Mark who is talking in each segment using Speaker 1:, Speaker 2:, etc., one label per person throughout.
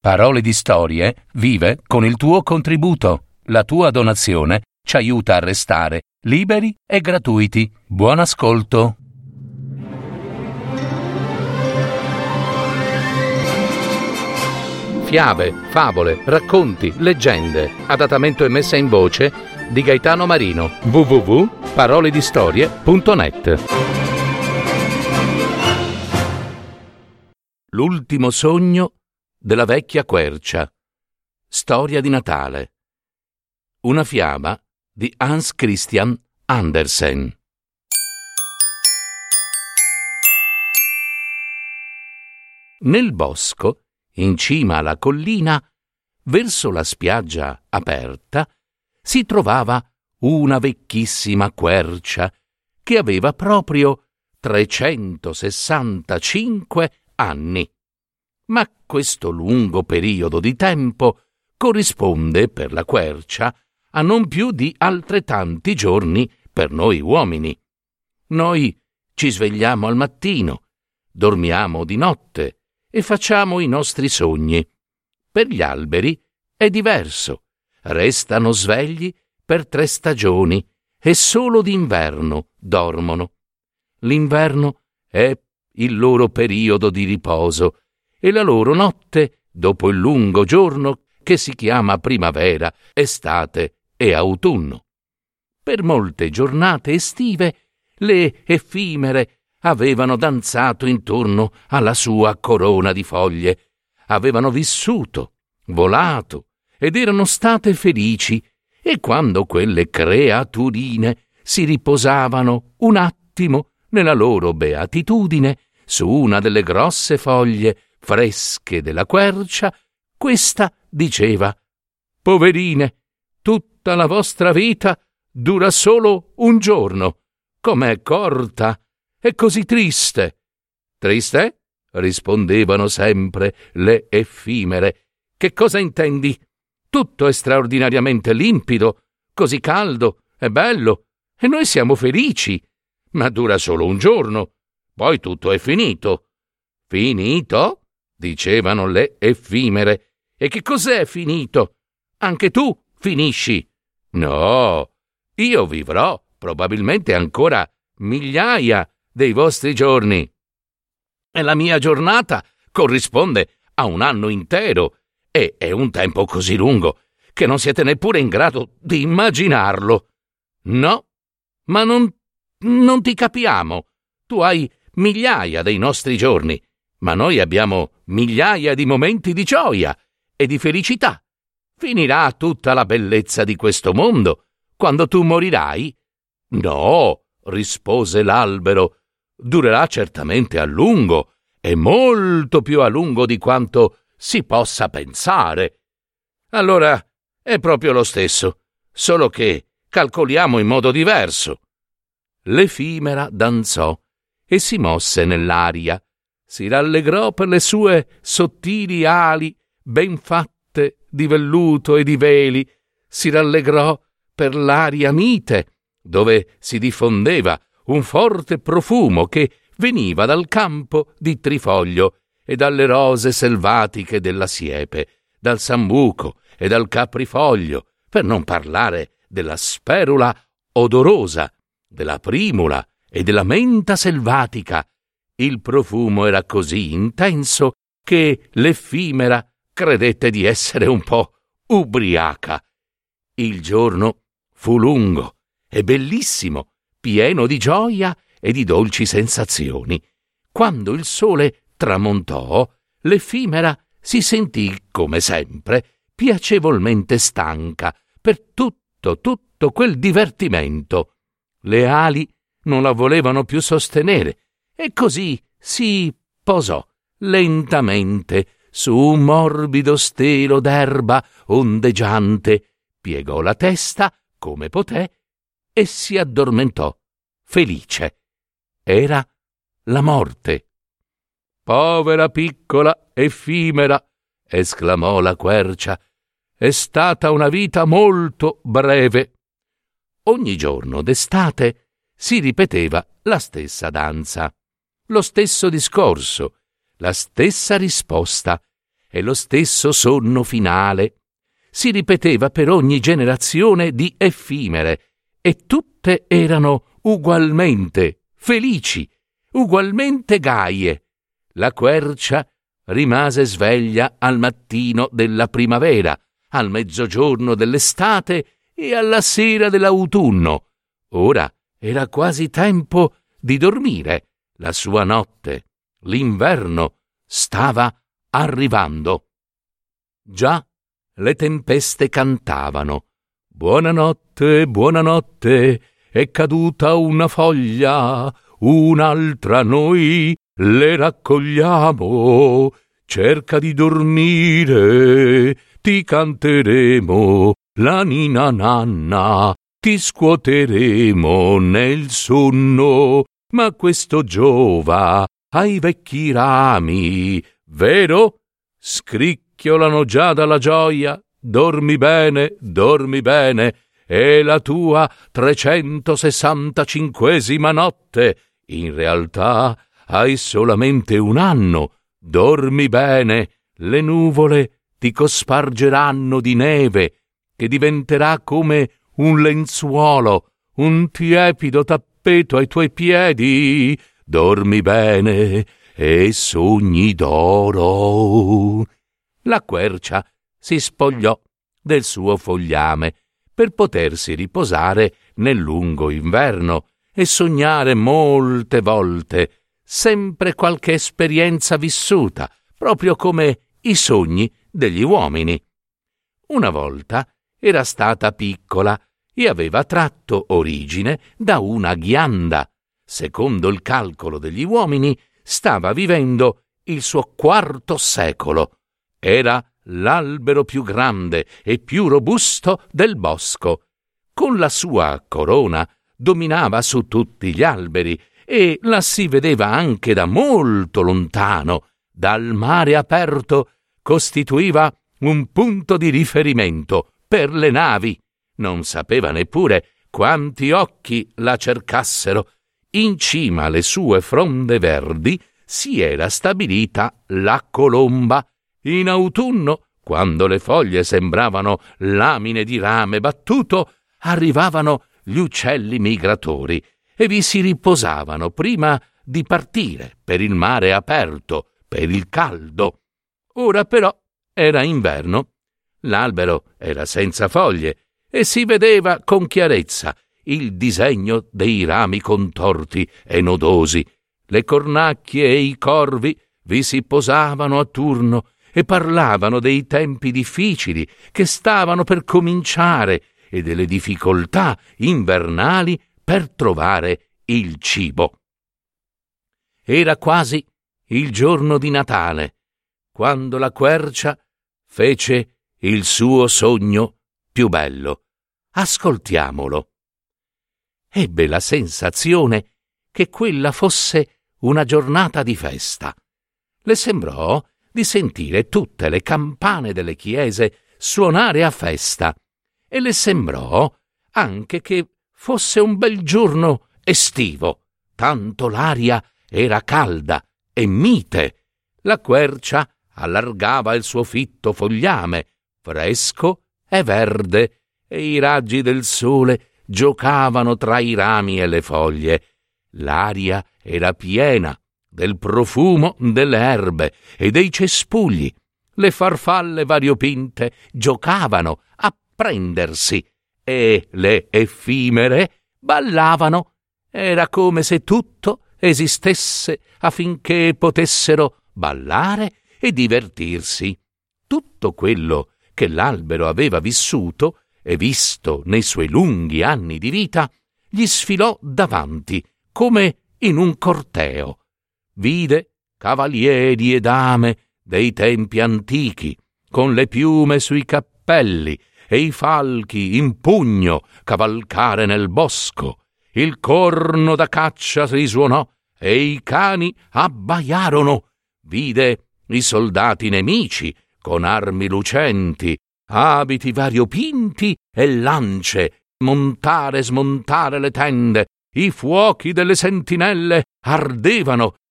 Speaker 1: Parole di Storie vive con il tuo contributo. La tua donazione ci aiuta a restare liberi e gratuiti. Buon ascolto. Fiabe, favole, racconti, leggende. Adattamento e messa in voce di Gaetano Marino. www.paroledistorie.net. L'ultimo sogno della vecchia quercia. Storia di Natale. Una fiaba di Hans Christian Andersen. Nel bosco, in cima alla collina, verso la spiaggia aperta, si trovava una vecchissima quercia che aveva proprio 365 anni. Ma questo lungo periodo di tempo corrisponde per la quercia a non più di altrettanti giorni per noi uomini. Noi ci svegliamo al mattino, dormiamo di notte e facciamo i nostri sogni. Per gli alberi è diverso. Restano svegli per 3 stagioni e solo d'inverno dormono. L'inverno è il loro periodo di riposo e la loro notte dopo il lungo giorno che si chiama primavera, estate e autunno. Per molte giornate estive le effimere avevano danzato intorno alla sua corona di foglie, avevano vissuto, volato ed erano state felici, e quando quelle creaturine si riposavano un attimo nella loro beatitudine su una delle grosse foglie fresche della quercia, questa diceva: «Poverine, tutta la vostra vita dura solo un giorno, com'è corta e così triste». «Triste?» rispondevano sempre le effimere. «Che cosa intendi? Tutto è straordinariamente limpido, così caldo e bello, e noi siamo felici. Ma dura solo un giorno, poi tutto è finito». «Finito?» dicevano le effimere. «E che cos'è finito? Anche tu finisci?» «No, io vivrò probabilmente ancora migliaia dei vostri giorni. E la mia giornata corrisponde a un anno intero, e è un tempo così lungo che non siete neppure in grado di immaginarlo». «No, ma non ti capiamo. Tu hai migliaia dei nostri giorni, ma noi abbiamo migliaia di momenti di gioia e di felicità. Finirà tutta la bellezza di questo mondo quando tu morirai?» «No», rispose l'albero, «durerà certamente a lungo, e molto più a lungo di quanto si possa pensare». «Allora è proprio lo stesso, solo che calcoliamo in modo diverso». L'effimera danzò e si mosse nell'aria, si rallegrò per le sue sottili ali ben fatte di velluto e di veli, si rallegrò per l'aria mite, dove si diffondeva un forte profumo che veniva dal campo di trifoglio e dalle rose selvatiche della siepe, dal sambuco e dal caprifoglio, per non parlare della sperula odorosa, della primula e della menta selvatica. Il profumo era così intenso che l'effimera credette di essere un po' ubriaca. Il giorno fu lungo e bellissimo, pieno di gioia e di dolci sensazioni. Quando il sole tramontò, l'effimera si sentì, come sempre, piacevolmente stanca per tutto quel divertimento. Le ali non la volevano più sostenere e così si posò lentamente su un morbido stelo d'erba ondeggiante, piegò la testa come poté e si addormentò, felice. Era la morte. «Povera piccola effimera», esclamò la quercia, «è stata una vita molto breve». Ogni giorno d'estate si ripeteva la stessa danza, lo stesso discorso, la stessa risposta, e lo stesso sonno finale. Si ripeteva per ogni generazione di effimere, e tutte erano ugualmente felici, ugualmente gaie. La quercia rimase sveglia al mattino della primavera, al mezzogiorno dell'estate e alla sera dell'autunno. Ora era quasi tempo di dormire. La sua notte, l'inverno, stava arrivando. Già le tempeste cantavano: «Buonanotte, buonanotte, è caduta una foglia, un'altra noi le raccogliamo. Cerca di dormire, ti canteremo la ninna nanna, ti scuoteremo nel sonno, ma questo giova ai vecchi rami, vero? Scricchiolano già dalla gioia, dormi bene, è la tua 365esima notte, in realtà hai solamente un anno, dormi bene, le nuvole ti cospargeranno di neve, che diventerà come un lenzuolo, un tiepido tappeto ai tuoi piedi, dormi bene e sogni d'oro». La quercia si spogliò del suo fogliame per potersi riposare nel lungo inverno e sognare molte volte, sempre qualche esperienza vissuta, proprio come i sogni degli uomini. Una volta era stata piccola e aveva tratto origine da una ghianda. Secondo il calcolo degli uomini, stava vivendo il suo 4° secolo. Era l'albero più grande e più robusto del bosco. Con la sua corona dominava su tutti gli alberi e la si vedeva anche da molto lontano. Dal mare aperto costituiva un punto di riferimento per le navi. Non sapeva neppure quanti occhi la cercassero. In cima alle sue fronde verdi si era stabilita la colomba. In autunno, quando le foglie sembravano lamine di rame battuto, arrivavano gli uccelli migratori e vi si riposavano prima di partire per il mare aperto, per il caldo. Ora però era inverno, l'albero era senza foglie e si vedeva con chiarezza il disegno dei rami contorti e nodosi. Le cornacchie e i corvi vi si posavano a turno e parlavano dei tempi difficili che stavano per cominciare e delle difficoltà invernali per trovare il cibo. Era quasi il giorno di Natale, quando la quercia fece il suo sogno più bello. Ascoltiamolo. Ebbe la sensazione che quella fosse una giornata di festa. Le sembrò di sentire tutte le campane delle chiese suonare a festa e le sembrò anche che fosse un bel giorno estivo, tanto l'aria era calda e mite. La quercia allargava il suo fitto fogliame, fresco e verde, e i raggi del sole giocavano tra i rami e le foglie. L'aria era piena del profumo delle erbe e dei cespugli. Le farfalle variopinte giocavano a prendersi e le effimere ballavano. Era come se tutto esistesse affinché potessero ballare e divertirsi. Tutto quello che l'albero aveva vissuto e visto nei suoi lunghi anni di vita gli sfilò davanti come in un corteo. Vide cavalieri e dame dei tempi antichi, con le piume sui cappelli e i falchi in pugno cavalcare nel bosco. Il corno da caccia risuonò e i cani abbaiarono. Vide i soldati nemici con armi lucenti, abiti variopinti e lance montare e smontare le tende. I fuochi delle sentinelle ardevano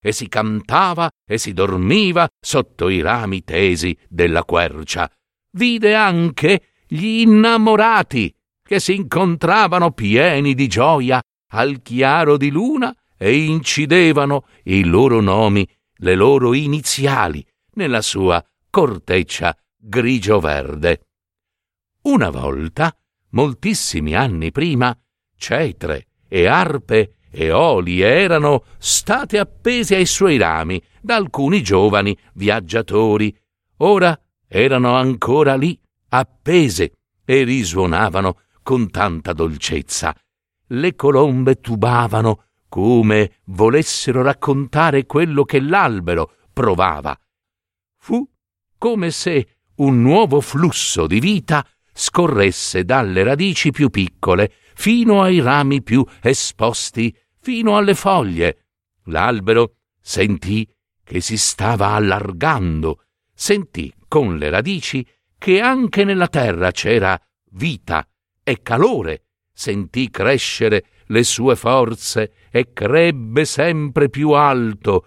Speaker 1: e si cantava e si dormiva sotto i rami tesi della quercia. Vide anche gli innamorati che si incontravano pieni di gioia al chiaro di luna e incidevano i loro nomi, le loro iniziali, nella sua corteccia grigio-verde. Una volta, moltissimi anni prima, cetre e arpe e oli erano state appese ai suoi rami da alcuni giovani viaggiatori. Ora erano ancora lì, appese, e risuonavano con tanta dolcezza. Le colombe tubavano come volessero raccontare quello che l'albero provava. Fu come se un nuovo flusso di vita scorresse dalle radici più piccole fino ai rami più esposti, fino alle foglie. L'albero sentì che si stava allargando, sentì con le radici che anche nella terra c'era vita e calore, sentì crescere le sue forze e crebbe sempre più alto,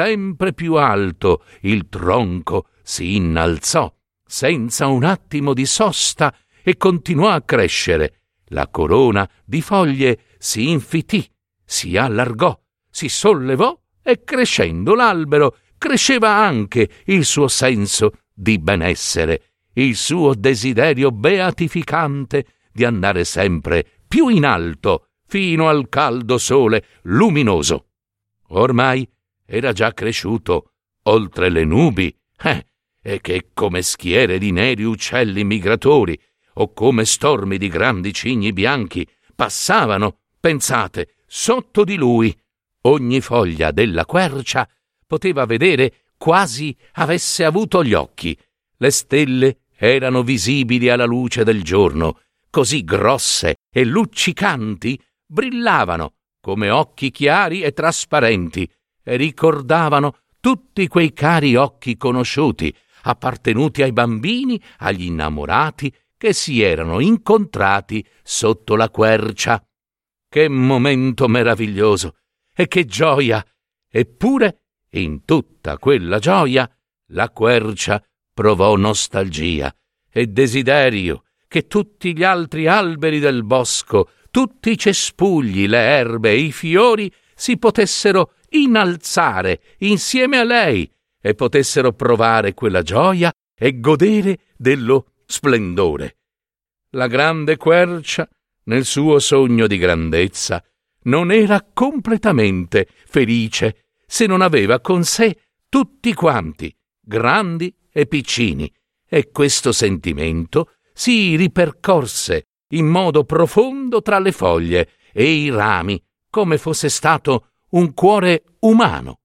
Speaker 1: il tronco si innalzò senza un attimo di sosta e continuò a crescere. La corona di foglie si infittì, si allargò, si sollevò e crescendo l'albero cresceva anche il suo senso di benessere, il suo desiderio beatificante di andare sempre più in alto fino al caldo sole luminoso. Ormai era già cresciuto oltre le nubi, e che come schiere di neri uccelli migratori o come stormi di grandi cigni bianchi passavano, pensate, sotto di lui. Ogni foglia della quercia poteva vedere quasi avesse avuto gli occhi. Le stelle erano visibili alla luce del giorno, così grosse e luccicanti, brillavano come occhi chiari e trasparenti e ricordavano tutti quei cari occhi conosciuti, appartenuti ai bambini, agli innamorati che si erano incontrati sotto la quercia. Che momento meraviglioso e che gioia! Eppure, in tutta quella gioia, la quercia provò nostalgia e desiderio che tutti gli altri alberi del bosco, tutti i cespugli, le erbe e i fiori si potessero innalzare insieme a lei e potessero provare quella gioia e godere dello splendore. La grande quercia, nel suo sogno di grandezza, non era completamente felice se non aveva con sé tutti quanti, grandi e piccini, e questo sentimento si ripercorse in modo profondo tra le foglie e i rami, come fosse stato un cuore umano.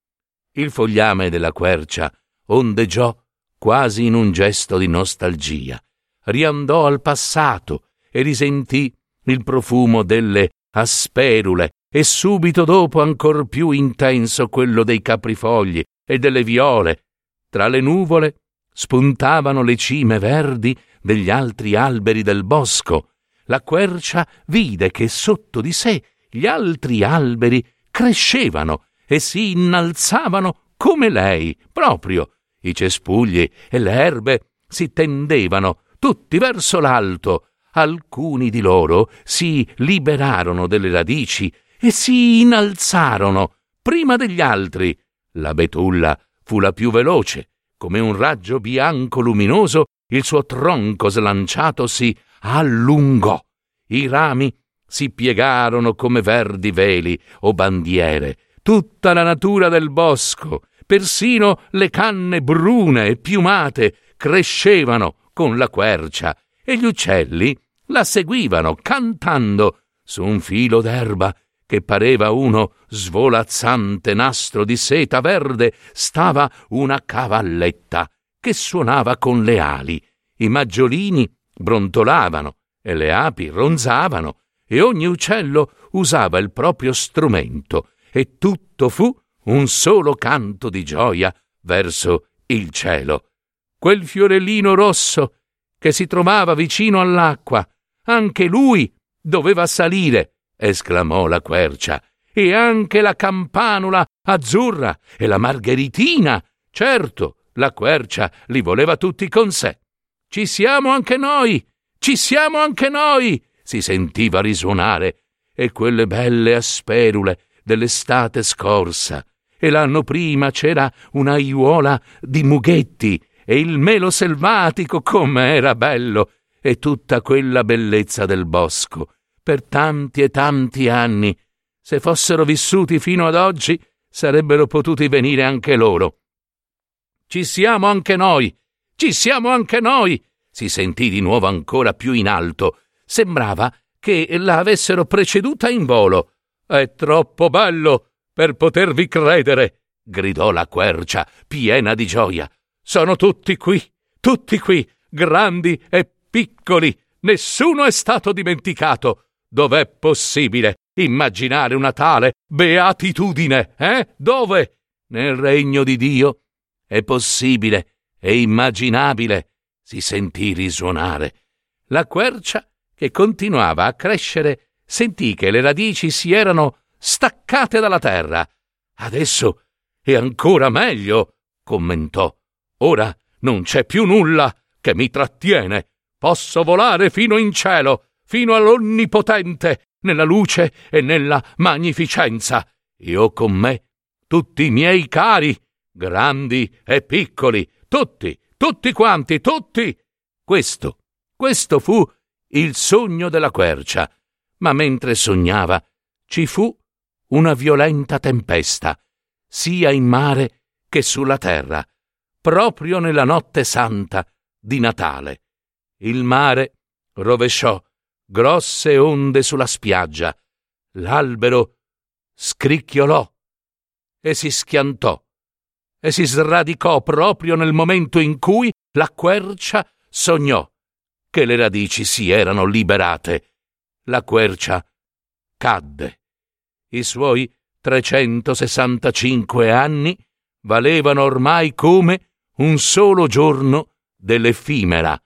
Speaker 1: Il fogliame della quercia ondeggiò quasi in un gesto di nostalgia, riandò al passato e risentì il profumo delle asperule e subito dopo ancor più intenso quello dei caprifogli e delle viole. Tra le nuvole spuntavano le cime verdi degli altri alberi del bosco. La quercia vide che sotto di sé gli altri alberi crescevano e si innalzavano come lei, proprio. I cespugli e le erbe si tendevano tutti verso l'alto. Alcuni di loro si liberarono delle radici e si innalzarono prima degli altri. La betulla fu la più veloce. Come un raggio bianco luminoso, il suo tronco slanciato si allungò. I rami si piegarono come verdi veli o bandiere. Tutta la natura del bosco, persino le canne brune e piumate, crescevano con la quercia e gli uccelli la seguivano cantando su un filo d'erba che pareva uno svolazzante nastro di seta verde. Stava una cavalletta che suonava con le ali. I maggiolini brontolavano e le api ronzavano e ogni uccello usava il proprio strumento e tutto fu un solo canto di gioia verso il cielo. Quel fiorellino rosso che si trovava vicino all'acqua, anche lui doveva salire, esclamò la quercia, e anche la campanula Azzurra e la Margheritina. Certo, la quercia li voleva tutti con sé. Ci siamo anche noi! Ci siamo anche noi! Si sentiva risuonare, e quelle belle asperule dell'estate scorsa, e l'anno prima c'era una aiuola di mughetti, e il melo selvatico come era bello, e tutta quella bellezza del bosco, per tanti e tanti anni. Se fossero vissuti fino ad oggi, sarebbero potuti venire anche loro. Ci siamo anche noi! Ci siamo anche noi! Si sentì di nuovo ancora più in alto. Sembrava che la avessero preceduta in volo. «È troppo bello per potervi credere!» gridò la quercia, piena di gioia. «Sono tutti qui, grandi e piccoli. Nessuno è stato dimenticato. Dov'è possibile immaginare una tale beatitudine, Dove? Nel regno di Dio è possibile e immaginabile!» Si sentì risuonare. La quercia, che continuava a crescere, sentì che le radici si erano staccate dalla terra. «Adesso è ancora meglio», commentò. «Ora non c'è più nulla che mi trattiene. Posso volare fino in cielo, fino all'Onnipotente, nella luce e nella magnificenza. E ho con me tutti i miei cari, grandi e piccoli, tutti quanti, tutti!» Questo fu il sogno della quercia, ma mentre sognava ci fu una violenta tempesta, sia in mare che sulla terra, proprio nella notte santa di Natale. Il mare rovesciò grosse onde sulla spiaggia, l'albero scricchiolò e si schiantò e si sradicò proprio nel momento in cui la quercia sognò che le radici si erano liberate. La quercia cadde. I suoi 365 anni valevano ormai come un solo giorno dell'effimera.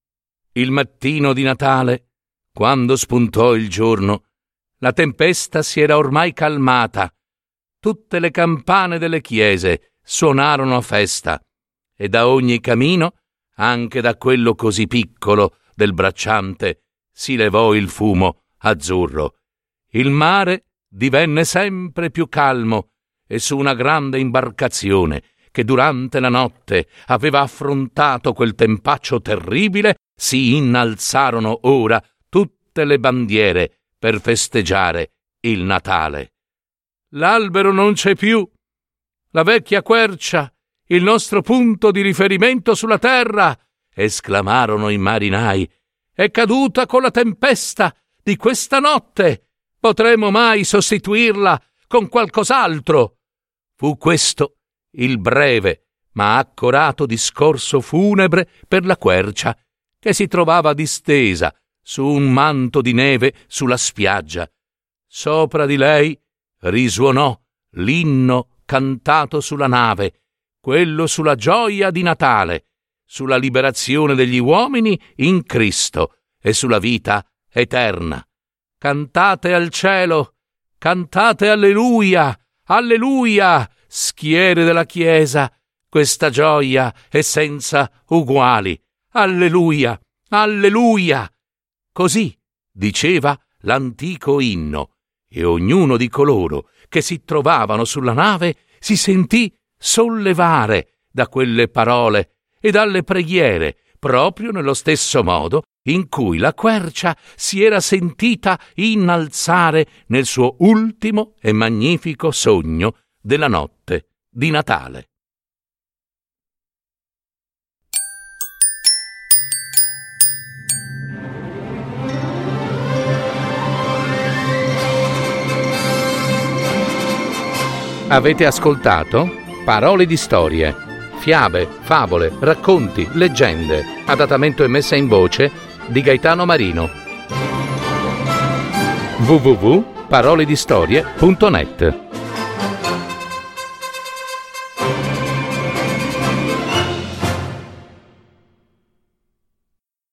Speaker 1: Il mattino di Natale, quando spuntò il giorno, la tempesta si era ormai calmata. Tutte le campane delle chiese suonarono a festa, e da ogni camino, anche da quello così piccolo del bracciante, si levò il fumo azzurro. Il mare divenne sempre più calmo, e su una grande imbarcazione che durante la notte aveva affrontato quel tempaccio terribile si innalzarono ora tutte le bandiere per festeggiare il Natale. «L'albero non c'è più! La vecchia quercia, il nostro punto di riferimento sulla terra!» esclamarono i marinai. «È caduta con la tempesta di questa notte! Potremo mai sostituirla con qualcos'altro?» Fu questo il breve ma accorato discorso funebre per la quercia, che si trovava distesa su un manto di neve sulla spiaggia. Sopra di lei risuonò l'inno cantato sulla nave, quello sulla gioia di Natale, sulla liberazione degli uomini in Cristo e sulla vita eterna. «Cantate al cielo, cantate alleluia, alleluia, schiere della Chiesa, questa gioia è senza uguali, alleluia, alleluia!» Così diceva l'antico inno, e ognuno di coloro che si trovavano sulla nave si sentì sollevare da quelle parole e dalle preghiere, proprio nello stesso modo in cui la quercia si era sentita innalzare nel suo ultimo e magnifico sogno della notte di Natale.
Speaker 2: Avete ascoltato Parole di storie, fiabe, favole, racconti, leggende, adattamento e messa in voce di Gaetano Marino. www.paroledistorie.net